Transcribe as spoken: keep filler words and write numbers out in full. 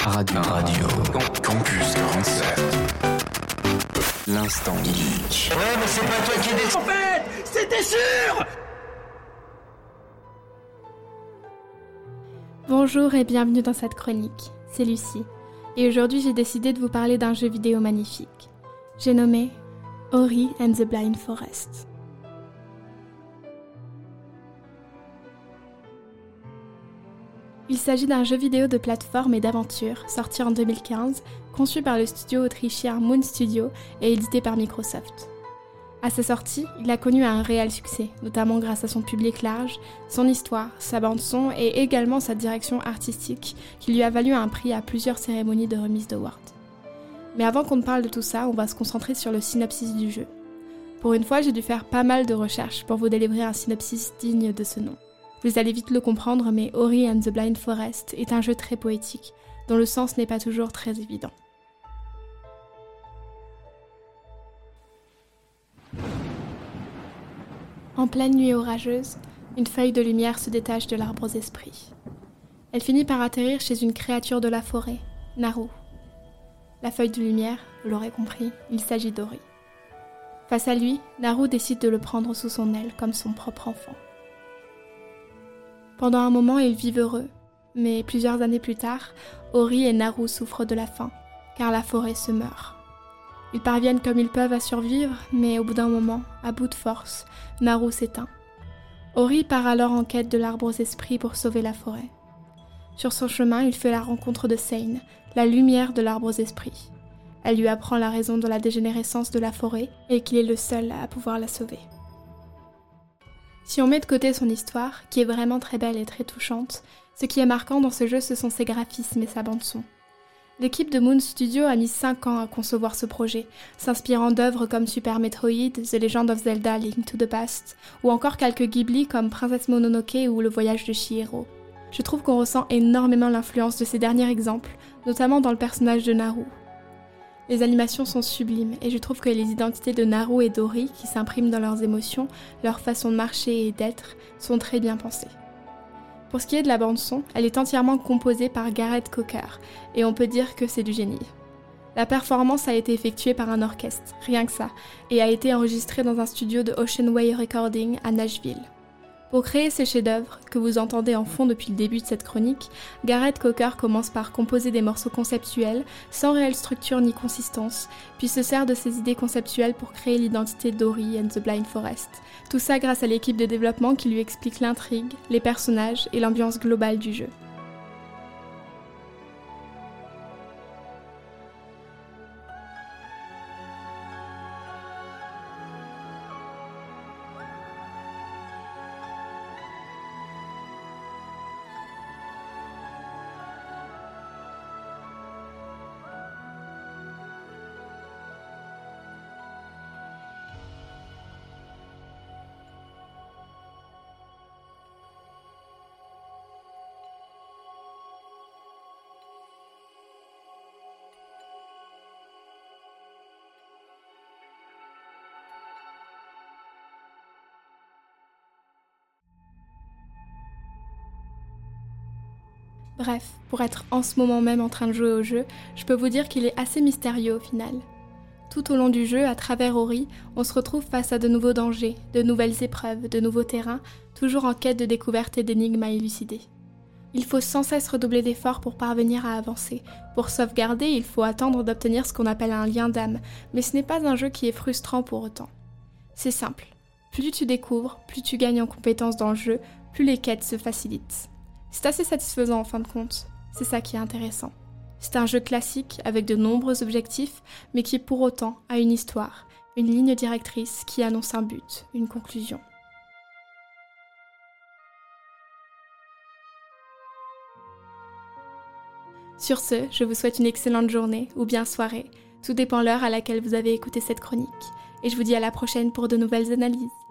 Radio, Radio. Campus quarante-sept. L'instant geek. Ouais, mais c'est pas toi qui décide. En fait, c'était sûr. Bonjour et bienvenue dans cette chronique, c'est Lucie. Et aujourd'hui j'ai décidé de vous parler d'un jeu vidéo magnifique. J'ai nommé Ori and the Blind Forest. Il s'agit d'un jeu vidéo de plateforme et d'aventure sorti en deux mille quinze, conçu par le studio autrichien Moon Studio et édité par Microsoft. À sa sortie, il a connu un réel succès, notamment grâce à son public large, son histoire, sa bande-son et également sa direction artistique qui lui a valu un prix à plusieurs cérémonies de remise d'awards. Mais avant qu'on ne parle de tout ça, on va se concentrer sur le synopsis du jeu. Pour une fois, j'ai dû faire pas mal de recherches pour vous délivrer un synopsis digne de ce nom. Vous allez vite le comprendre, mais Ori and the Blind Forest est un jeu très poétique, dont le sens n'est pas toujours très évident. En pleine nuit orageuse, une feuille de lumière se détache de l'arbre aux esprits. Elle finit par atterrir chez une créature de la forêt, Naru. La feuille de lumière, vous l'aurez compris, il s'agit d'Ori. Face à lui, Naru décide de le prendre sous son aile comme son propre enfant. Pendant un moment, ils vivent heureux, mais plusieurs années plus tard, Ori et Naru souffrent de la faim, car la forêt se meurt. Ils parviennent comme ils peuvent à survivre, mais au bout d'un moment, à bout de force, Naru s'éteint. Ori part alors en quête de l'arbre aux esprits pour sauver la forêt. Sur son chemin, il fait la rencontre de Seine, la lumière de l'arbre aux esprits. Elle lui apprend la raison de la dégénérescence de la forêt et qu'il est le seul à pouvoir la sauver. Si on met de côté son histoire, qui est vraiment très belle et très touchante, ce qui est marquant dans ce jeu, ce sont ses graphismes et sa bande-son. L'équipe de Moon Studio a mis cinq ans à concevoir ce projet, s'inspirant d'œuvres comme Super Metroid, The Legend of Zelda Link to the Past, ou encore quelques Ghibli comme Princesse Mononoke ou Le Voyage de Chihiro. Je trouve qu'on ressent énormément l'influence de ces derniers exemples, notamment dans le personnage de Naru. Les animations sont sublimes et je trouve que les identités de Naru et d'Ori, qui s'impriment dans leurs émotions, leur façon de marcher et d'être, sont très bien pensées. Pour ce qui est de la bande-son, elle est entièrement composée par Gareth Cocker, et on peut dire que c'est du génie. La performance a été effectuée par un orchestre, rien que ça, et a été enregistrée dans un studio de Ocean Way Recording à Nashville. Pour créer ces chefs-d'œuvre, que vous entendez en fond depuis le début de cette chronique, Gareth Cocker commence par composer des morceaux conceptuels, sans réelle structure ni consistance, puis se sert de ses idées conceptuelles pour créer l'identité d'Ori and the Blind Forest. Tout ça grâce à l'équipe de développement qui lui explique l'intrigue, les personnages et l'ambiance globale du jeu. Bref, pour être en ce moment même en train de jouer au jeu, je peux vous dire qu'il est assez mystérieux au final. Tout au long du jeu, à travers Ori, on se retrouve face à de nouveaux dangers, de nouvelles épreuves, de nouveaux terrains, toujours en quête de découvertes et d'énigmes à élucider. Il faut sans cesse redoubler d'efforts pour parvenir à avancer. Pour sauvegarder, il faut attendre d'obtenir ce qu'on appelle un lien d'âme, mais ce n'est pas un jeu qui est frustrant pour autant. C'est simple. Plus tu découvres, plus tu gagnes en compétences dans le jeu, plus les quêtes se facilitent. C'est assez satisfaisant en fin de compte, c'est ça qui est intéressant. C'est un jeu classique avec de nombreux objectifs, mais qui pour autant a une histoire, une ligne directrice qui annonce un but, une conclusion. Sur ce, je vous souhaite une excellente journée ou bien soirée, tout dépend l'heure à laquelle vous avez écouté cette chronique, et je vous dis à la prochaine pour de nouvelles analyses.